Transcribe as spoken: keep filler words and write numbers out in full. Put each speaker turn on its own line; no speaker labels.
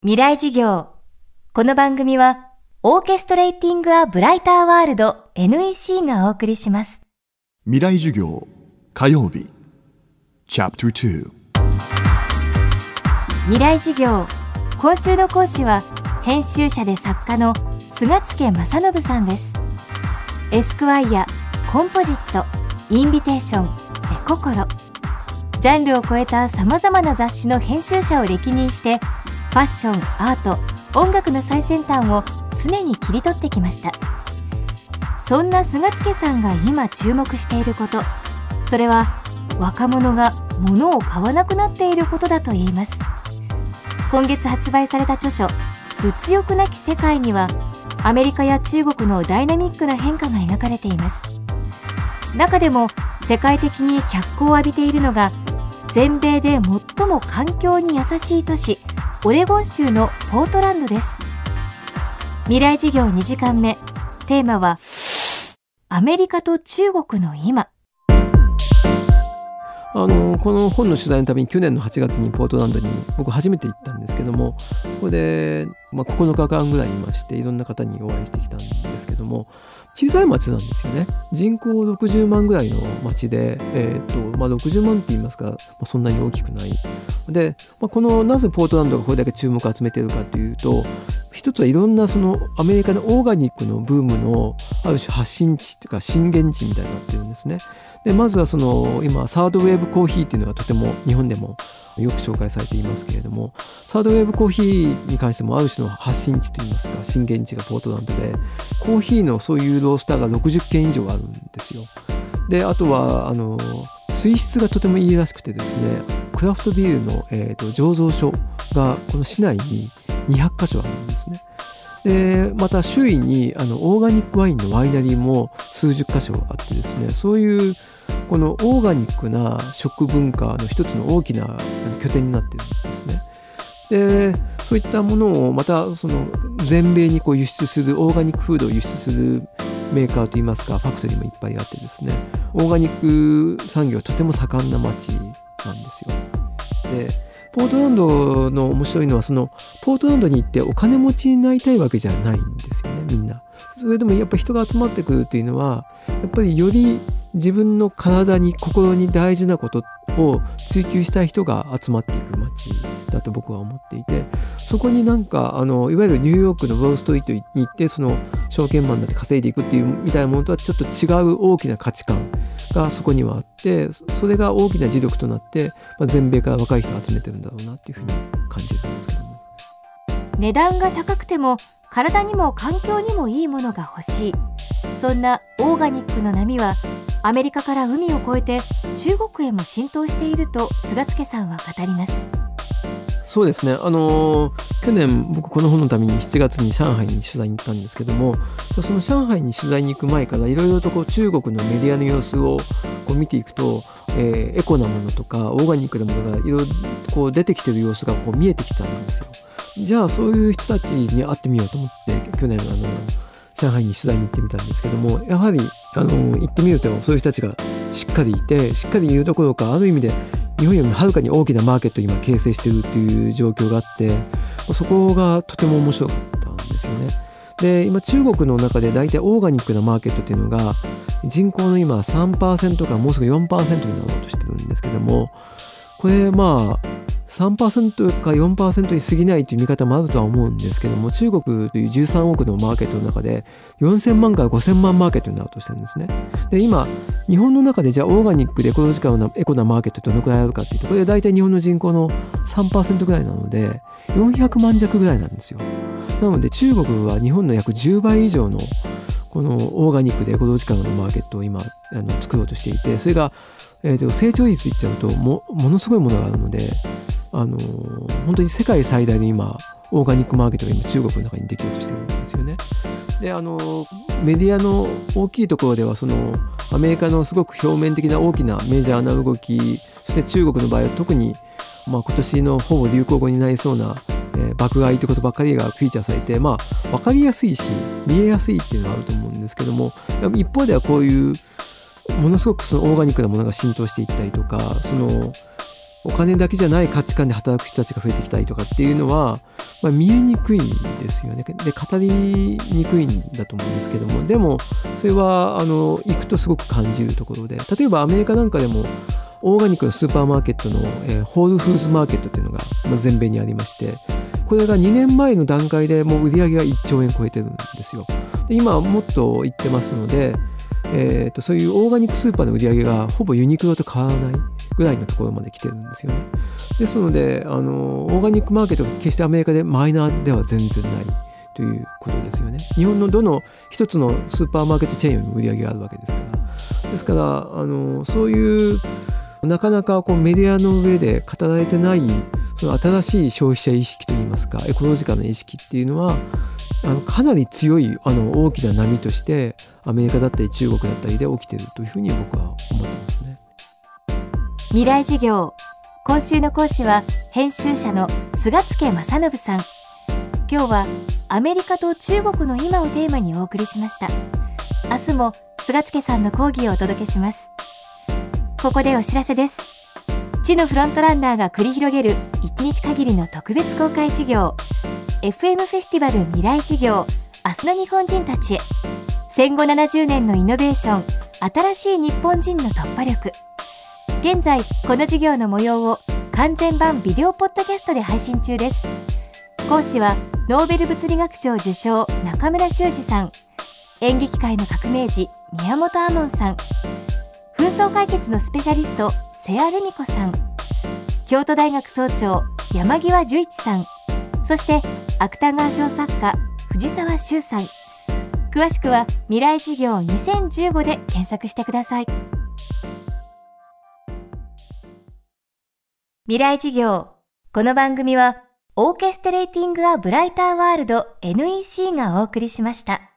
未来事業。この番組はオーケストレーティングアブライターワールド エヌイーシー がお送りします。
未来授業火曜日チャプターに。
未来事業。今週の講師は編集者で作家の菅助正信さんです。エスクワイア、コンポジット、インビテーション、エココロ、ジャンルを超えたさまざまな雑誌の編集者を歴任してファッション、アート、音楽の最先端を常に切り取ってきました。そんな菅助さんが今注目していること、それは若者が物を買わなくなっていることだといいます。今月発売された著書物欲なき世界にはアメリカや中国のダイナミックな変化が描かれています。中でも世界的に脚光を浴びているのが全米で最も環境に優しい都市オレゴン州のポートランドです。未来事業にじかんめ、テーマはアメリカと中国の今。
あのこの本の取材のために去年のはちがつにポートランドに僕初めて行ったんですけども、そこで、まあ、ここのかかんぐらいいましていろんな方にお会いしてきたんですけども、小さい町なんですよね。人口ろくじゅうまんぐらいの町で、えーとまあ、ろくじゅうまんって言いますか、まあ、そんなに大きくないで、まあ、このなぜポートランドがこれだけ注目を集めているかというと、一つはいろんなそのアメリカのオーガニックのブームのある種発信地というか震源地みたいになってるんですね。でまずはその今サードウェーブコーヒーっていうのがとても日本でもよく紹介されていますけれども、サードウェーブコーヒーに関してもある種の発信地といいますか震源地がポートランドで、コーヒーのそういうロースターがろくじゅっけん以上あるんですよ。であとはあの水質がとてもいいらしくてですね、クラフトビールの、えーと醸造所がこの市内ににひゃくかしょあるんですね。でまた周囲にあのオーガニックワインのワイナリーも数十か所あってですね、そういうこのオーガニックな食文化の一つの大きな拠点になっているんですね。でそういったものをまたその全米にこう輸出するオーガニックフードを輸出するメーカーといいますかファクトリーもいっぱいあってですね、オーガニック産業はとても盛んな町なんですよ。でポートランドの面白いのは、そのポートランドに行ってお金持ちになりたいわけじゃないんですよね、みんな。それでもやっぱり人が集まってくるというのは、やっぱりより自分の体に心に大事なことを追求したい人が集まっていく街だと僕は思っていて、そこになんかあのいわゆるニューヨークのウォールストリートに行ってその証券マンだって稼いでいくっていうみたいなものとはちょっと違う大きな価値観がそこにはあって、それが大きな磁力となって、まあ、全米から若い人を集めてるんだろうなっていうふうに感じるんですけども、
値段が高くても体にも環境にもいいものが欲しい、そんなオーガニックの波はアメリカから海を越えて中国へも浸透していると菅助さんは語ります。
そうですね、あのー、去年僕この本のためにしちがつに上海に取材に行ったんですけども、その上海に取材に行く前からいろいろとこう中国のメディアの様子をこう見ていくと、えー、エコなものとかオーガニックなものがいろいろこう出てきてる様子がこう見えてきたんですよ。じゃあそういう人たちに会ってみようと思って去年あの上海に取材に行ってみたんですけども、やはりあの行ってみるとそういう人たちがしっかりいて、しっかりいるどころかある意味で日本よりもはるかに大きなマーケットを今形成しているという状況があって、そこがとても面白かったんですよね。で今中国の中で大体オーガニックなマーケットっていうのが人口の今 さんパーセント からもうすぐ よんパーセント になろうとしてるんですけども、これまあさんパーセント か よんパーセント に過ぎないという見方もあるとは思うんですけども、中国というじゅうさんおくのマーケットの中でよんせんまんからごせんまんマーケットになろうとしてるんですね。で今日本の中でじゃあオーガニックでエコロジカルなエコなマーケットってどのくらいあるかっていうと、これ大体日本の人口の さんパーセント ぐらいなのでよんひゃくまん弱ぐらいなんですよ。なので中国は日本の約じゅうばい以上のこのオーガニックでエコロジカルなマーケットを今あの作ろうとしていて、それが、えー、と成長率いっちゃうと も, ものすごいものがあるので、あのー、本当に世界最大の今オーガニックマーケットが今中国の中にできようとしてるんですよね。であのー、メディアの大きいところではそのアメリカのすごく表面的な大きなメジャーな動き、そして中国の場合は特に、まあ、今年のほぼ流行語になりそうな、えー、爆買いということばっかりがフィーチャーされて、まあ、分かりやすいし見えやすいっていうのがあると思うんですけども、一方ではこういうものすごくそのオーガニックなものが浸透していったりとか、そのお金だけじゃない価値観で働く人たちが増えてきたりとかっていうのは、まあ、見えにくいですよね。で語りにくいんだと思うんですけども、でもそれはあの行くとすごく感じるところで、例えばアメリカなんかでもオーガニックのスーパーマーケットの、えー、ホールフーズマーケットっていうのが、まあ、全米にありまして、これがにねんまえの段階でもう売り上げがいっちょうえん超えてるんですよ。で今はもっといってますので、えー、とそういうオーガニックスーパーの売り上げがほぼユニクロと変わらないぐらいのところまで来てるんですよね。ですのであのオーガニックマーケットが決してアメリカでマイナーでは全然ないということですよね。日本のどの一つのスーパーマーケットチェーンよりも売り上げがあるわけですから。ですからあのそういうなかなかこうメディアの上で語られてないその新しい消費者意識といいますか、エコロジカルな意識っていうのはあのかなり強いあの大きな波としてアメリカだったり中国だったりで起きているというふうに僕は思ってますね。
未来授業、今週の講師は編集者の菅助正信さん。今日はアメリカと中国の今をテーマにお送りしました。明日も菅助さんの講義をお届けします。ここでお知らせです。知のフロントランナーが繰り広げるいちにち限りの特別公開授業、 エフエム フェスティバル未来授業、明日の日本人たちへ、戦後ななじゅうねんのイノベーション、新しい日本人の突破力。現在この授業の模様を完全版ビデオポッドキャストで配信中です。講師はノーベル物理学賞受賞中村修二さん、演劇界の革命児宮本亞門さん、紛争解決のスペシャリスト瀬谷ルミ子さん、京都大学総長山際十一さん、そして芥川賞作家藤沢修さん。詳しくは未来授業にせんじゅうごで検索してください。未来授業、この番組はオーケストレーティング・ア・ブライター・ワールド エヌイーシー がお送りしました。